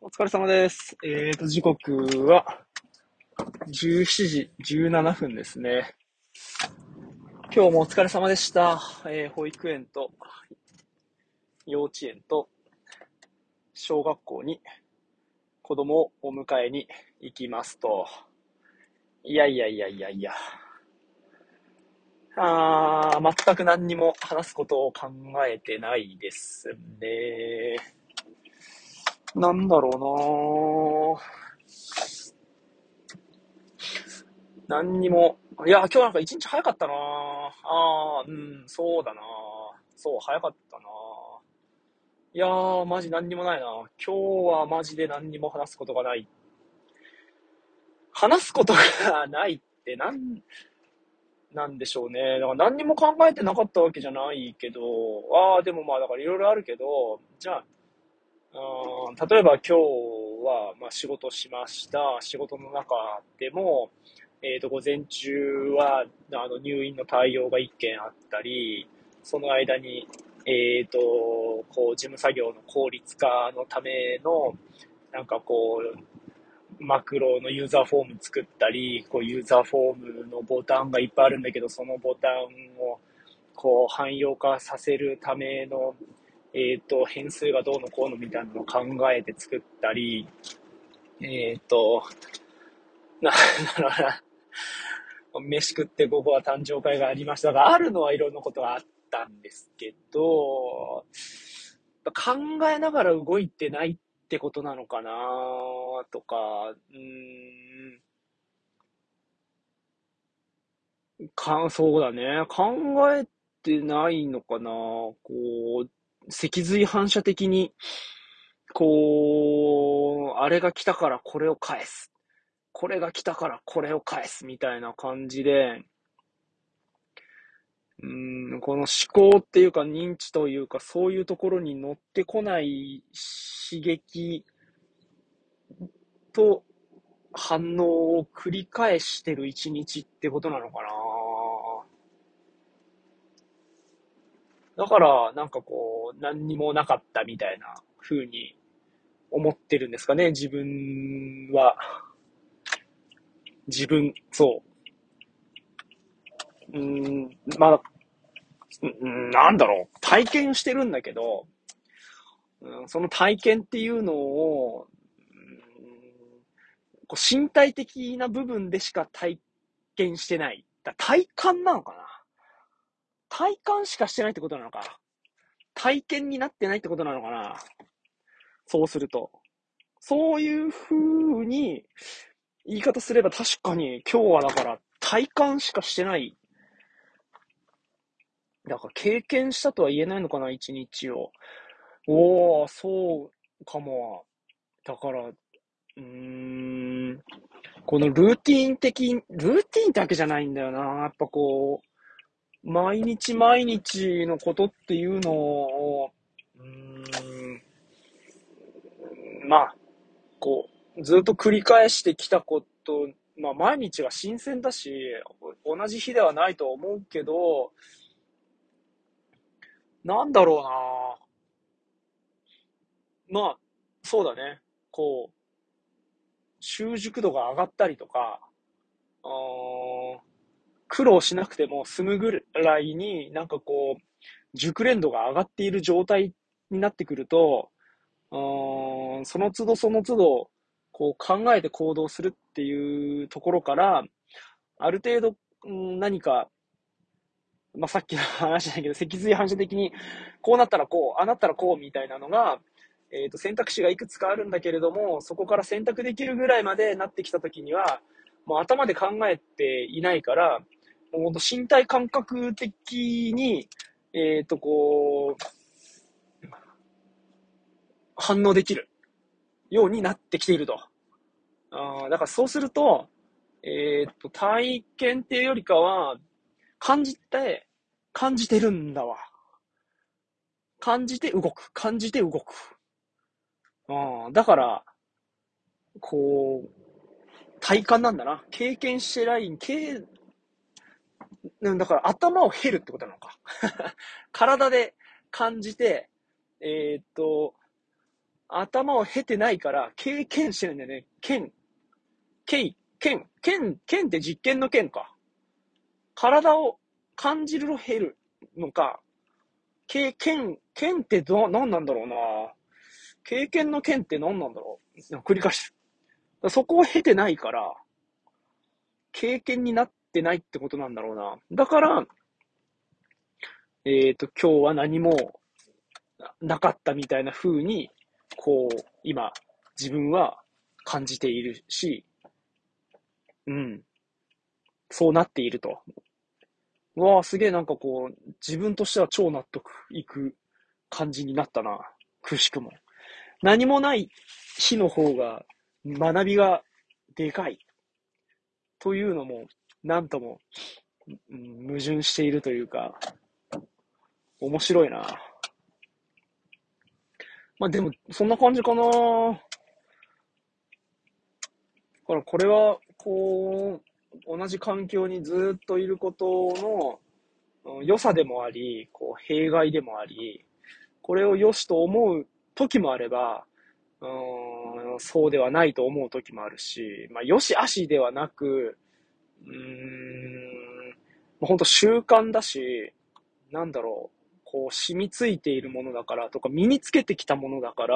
お疲れ様です。時刻は17時17分ですね。今日もお疲れ様でした。保育園と幼稚園と小学校に子供をお迎えに行きますと。いやいやいやいやいや。全く何にも話すことを考えてないですね。なんだろうな何にも。いや、今日なんか一日早かったなそうだなそう、早かったないやー、マジ何にもないな。今日はマジで何にも話すことがない。話すことがないってなんでしょうね。だから何にも考えてなかったわけじゃないけど、でもまあだからいろいろあるけど、じゃあ、例えば今日はまあ仕事しました。仕事の中でも、午前中は入院の対応が一件あったり、その間に、こう事務作業の効率化のためのなんかこう、マクロのユーザーフォーム作ったり、こうユーザーフォームのボタンがいっぱいあるんだけど、そのボタンをこう汎用化させるための、変数がどうのこうのみたいなのを考えて作ったり、えっ、と、なんだろうな、飯食って午後は誕生会がありましたが、あるのはいろんなことがあったんですけど、考えながら動いてないってことなのかなとか、そうだね。考えてないのかなこう、脊髄反射的に、こう、あれが来たからこれを返す。これが来たからこれを返すみたいな感じで、この思考っていうか認知というかそういうところに乗ってこない刺激と反応を繰り返してる一日ってことなのかな。だから、なんかこう、何にもなかったみたいな風に思ってるんですかね、自分は。そう。まあ、なんだろう、体験してるんだけど、その体験っていうのを、こう身体的な部分でしか体験してない。体感なのかな。体感しかしてないってことなのか。体験になってないってことなのかな。そうすると。そういう風に言い方すれば確かに今日はだから体感しかしてない。だから経験したとは言えないのかな、一日を。そうかも。だから、このルーティンってわけじゃないんだよな。やっぱこう、毎日毎日のことっていうのを、まあ、こずっと繰り返してきたこと、まあ毎日が新鮮だし、同じ日ではないと思うけど、なんだろうな。まあ、そうだね。こう、習熟度が上がったりとか、あー苦労しなくても済むぐらいになんかこう、熟練度が上がっている状態になってくると、その都度その都度、こう考えて行動するっていうところから、ある程度、何か、まあ、さっきの話だけど、脊髄反射的に、こうなったらこう、ああなったらこうみたいなのが、選択肢がいくつかあるんだけれども、そこから選択できるぐらいまでなってきたときには、もう頭で考えていないから、もうほんと身体感覚的に、こう、反応できるようになってきていると。だからそうすると、体験っていうよりかは、感じてるんだわ。感じて動く。感じて動く。だから、こう、体感なんだな。経験してない、だから頭を経るってことなのか。体で感じて、えーっと、 頭を経てないから、経験してるんだよね。剣って実験の剣か。体を感じるの経るのか。剣って何なんだろうな。経験の剣って何なんだろう。繰り返してる。そこを経てないから、経験になってないってことなんだろうな。だから、今日は何もなかったみたいな風に、こう、今、自分は感じているし、うん、そうなっていると。うわあ、すげえなんかこう、自分としては超納得いく感じになったな。くしくも。何もない日の方が、学びがでかい。というのも、なんとも、矛盾しているというか、面白いな。まあでも、そんな感じかな。だからこれは、こう、同じ環境にずっといることの良さでもあり、こう、弊害でもあり、これを良しと思う時もあれば、そうではないと思う時もあるし、まあ、良し悪しではなく、本当習慣だし、なんだろう、こう染みついているものだからとか、身につけてきたものだから、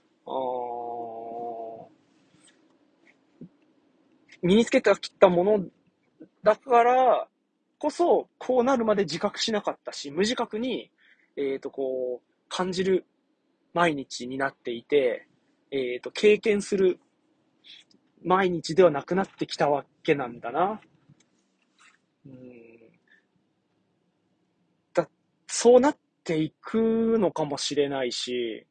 身につけてきたものだからこそ、こうなるまで自覚しなかったし、無自覚に、こう、感じる毎日になっていて、経験する毎日ではなくなってきたわけなんだな。そうなっていくのかもしれないし、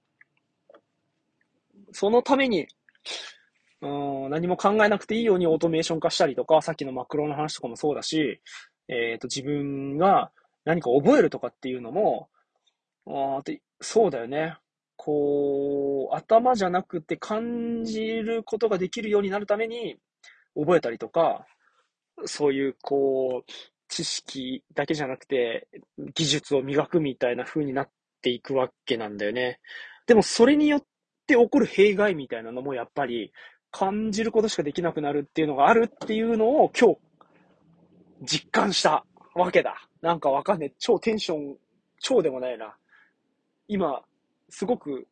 そのために、何も考えなくていいようにオートメーション化したりとか、さっきのマクロの話とかもそうだし、自分が何か覚えるとかっていうのも、そうだよね。こう、頭じゃなくて感じることができるようになるために、覚えたりとか、そういう、こう、知識だけじゃなくて、技術を磨くみたいな風になっていくわけなんだよね。でも、それによって起こる弊害みたいなのも、やっぱり、感じることしかできなくなるっていうのがあるっていうのを、今日、実感したわけだ。なんかわかんねえ。超テンション、超でもないな。今、すごく、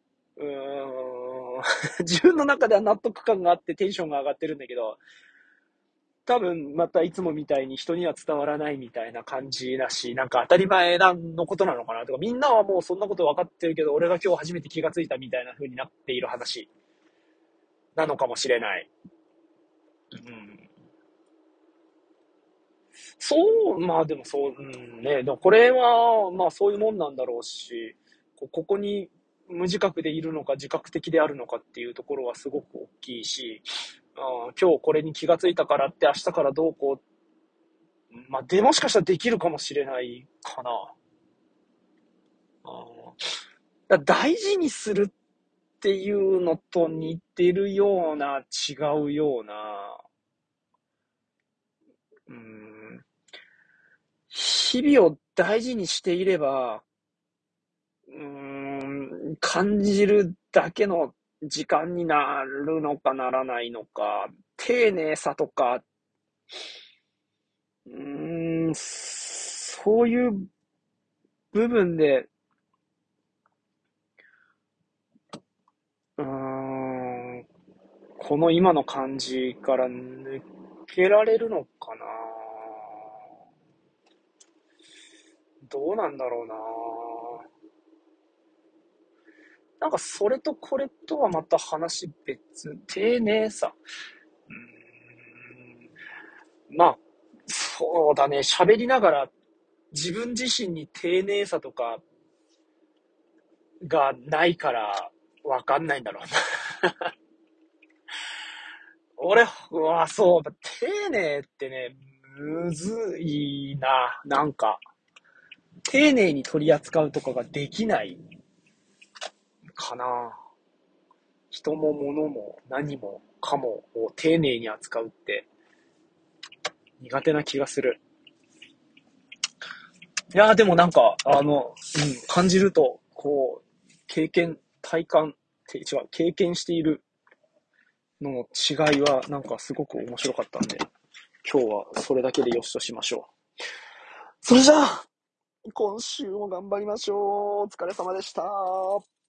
自分の中では納得感があってテンションが上がってるんだけど、多分またいつもみたいに人には伝わらないみたいな感じだし、なんか当たり前のことなのかなとか、みんなはもうそんなこと分かってるけど、俺が今日初めて気がついたみたいな風になっている話なのかもしれない。うん、そう、まあでもそう、ね、でもこれは、まあそういうもんなんだろうし、ここに無自覚でいるのか自覚的であるのかっていうところはすごく大きいし、今日これに気がついたからって明日からどうこう、まあもしかしたらできるかもしれないかな。大事にするっていうのと似てるような、違うような、うん、日々を大事にしていれば、感じるだけの時間になるのかならないのか、丁寧さとか、そういう部分で、うーん、この今の感じから抜けられるのかな。どうなんだろうな。なんかそれとこれとはまた話別。丁寧さ。まあ、そうだね。喋りながら自分自身に丁寧さとかがないからわかんないんだろうな。俺はそう、丁寧ってね、むずいな。なんか、丁寧に取り扱うとかができないかな。人も物も何もかもを丁寧に扱うって苦手な気がする。いやーでもなんか、感じると、こう、経験、体感、 違う、経験しているの違いはなんかすごく面白かったんで、今日はそれだけでよしとしましょう。それじゃあ、今週も頑張りましょう。お疲れ様でした。